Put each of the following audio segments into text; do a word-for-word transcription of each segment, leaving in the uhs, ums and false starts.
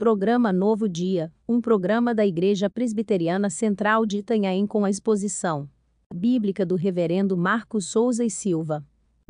Programa Novo Dia, um programa da Igreja Presbiteriana Central de Itanhaém com a exposição bíblica do Reverendo Marcos Souza e Silva.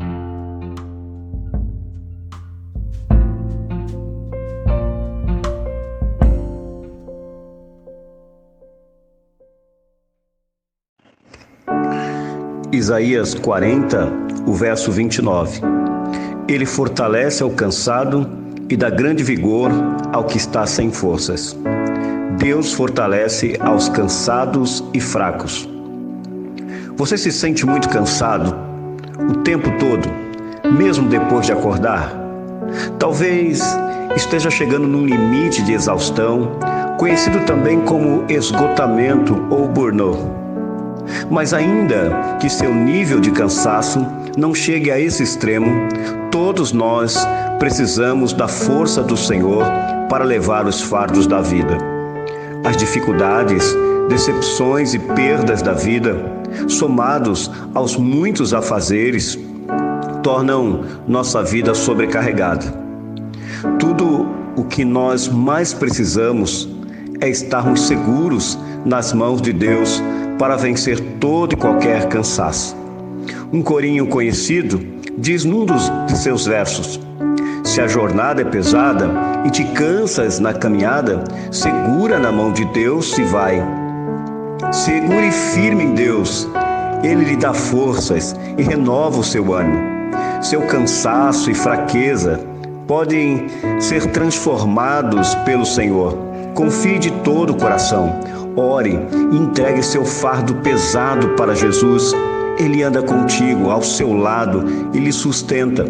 Isaías quarenta, o verso vinte e nove. Ele fortalece ao cansado e dá grande vigor ao que está sem forças. Deus fortalece aos cansados e fracos. Você se sente muito cansado o tempo todo, mesmo depois de acordar? Talvez esteja chegando num limite de exaustão, conhecido também como esgotamento ou burnout. Mas ainda que seu nível de cansaço não chegue a esse extremo, todos nós precisamos da força do Senhor para levar os fardos da vida. As dificuldades, decepções e perdas da vida, somados aos muitos afazeres, tornam nossa vida sobrecarregada. Tudo o que nós mais precisamos é estarmos seguros nas mãos de Deus para vencer todo e qualquer cansaço. Um corinho conhecido diz num dos de seus versos: se a jornada é pesada e te cansas na caminhada, segura na mão de Deus e vai. Segure firme em Deus, Ele lhe dá forças e renova o seu ânimo. Seu cansaço e fraqueza podem ser transformados pelo Senhor. Confie de todo o coração. Ore e entregue seu fardo pesado para Jesus. Ele anda contigo, ao seu lado e lhe sustenta.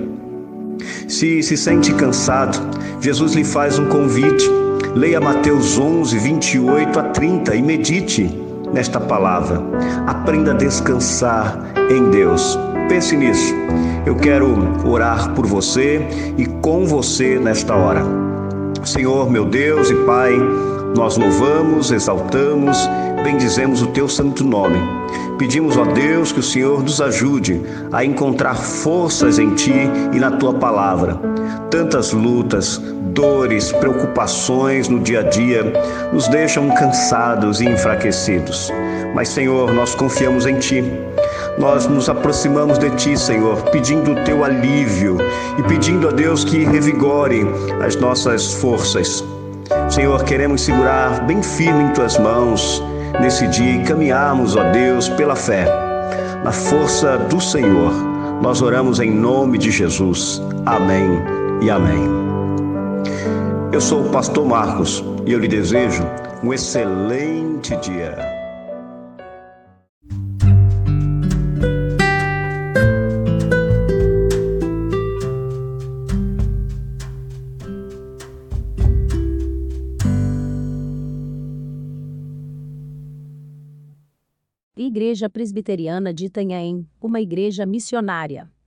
Se se sente cansado, Jesus lhe faz um convite. Leia Mateus onze, vinte e oito a trinta e medite nesta palavra. Aprenda a descansar em Deus. Pense nisso. Eu quero orar por você e com você nesta hora. Senhor, meu Deus e Pai, nós louvamos, exaltamos, bendizemos o Teu santo nome. Pedimos, ó Deus, que o Senhor nos ajude a encontrar forças em Ti e na Tua palavra. Tantas lutas, dores, preocupações no dia a dia nos deixam cansados e enfraquecidos. Mas, Senhor, nós confiamos em Ti. Nós nos aproximamos de Ti, Senhor, pedindo o Teu alívio e pedindo a Deus que revigore as nossas forças. Senhor, queremos segurar bem firme em Tuas mãos nesse dia e caminharmos, ó Deus, pela fé, na força do Senhor. Nós oramos em nome de Jesus. Amém e amém. Eu sou o pastor Marcos e eu lhe desejo um excelente dia. Igreja Presbiteriana de Itanhaém, uma igreja missionária.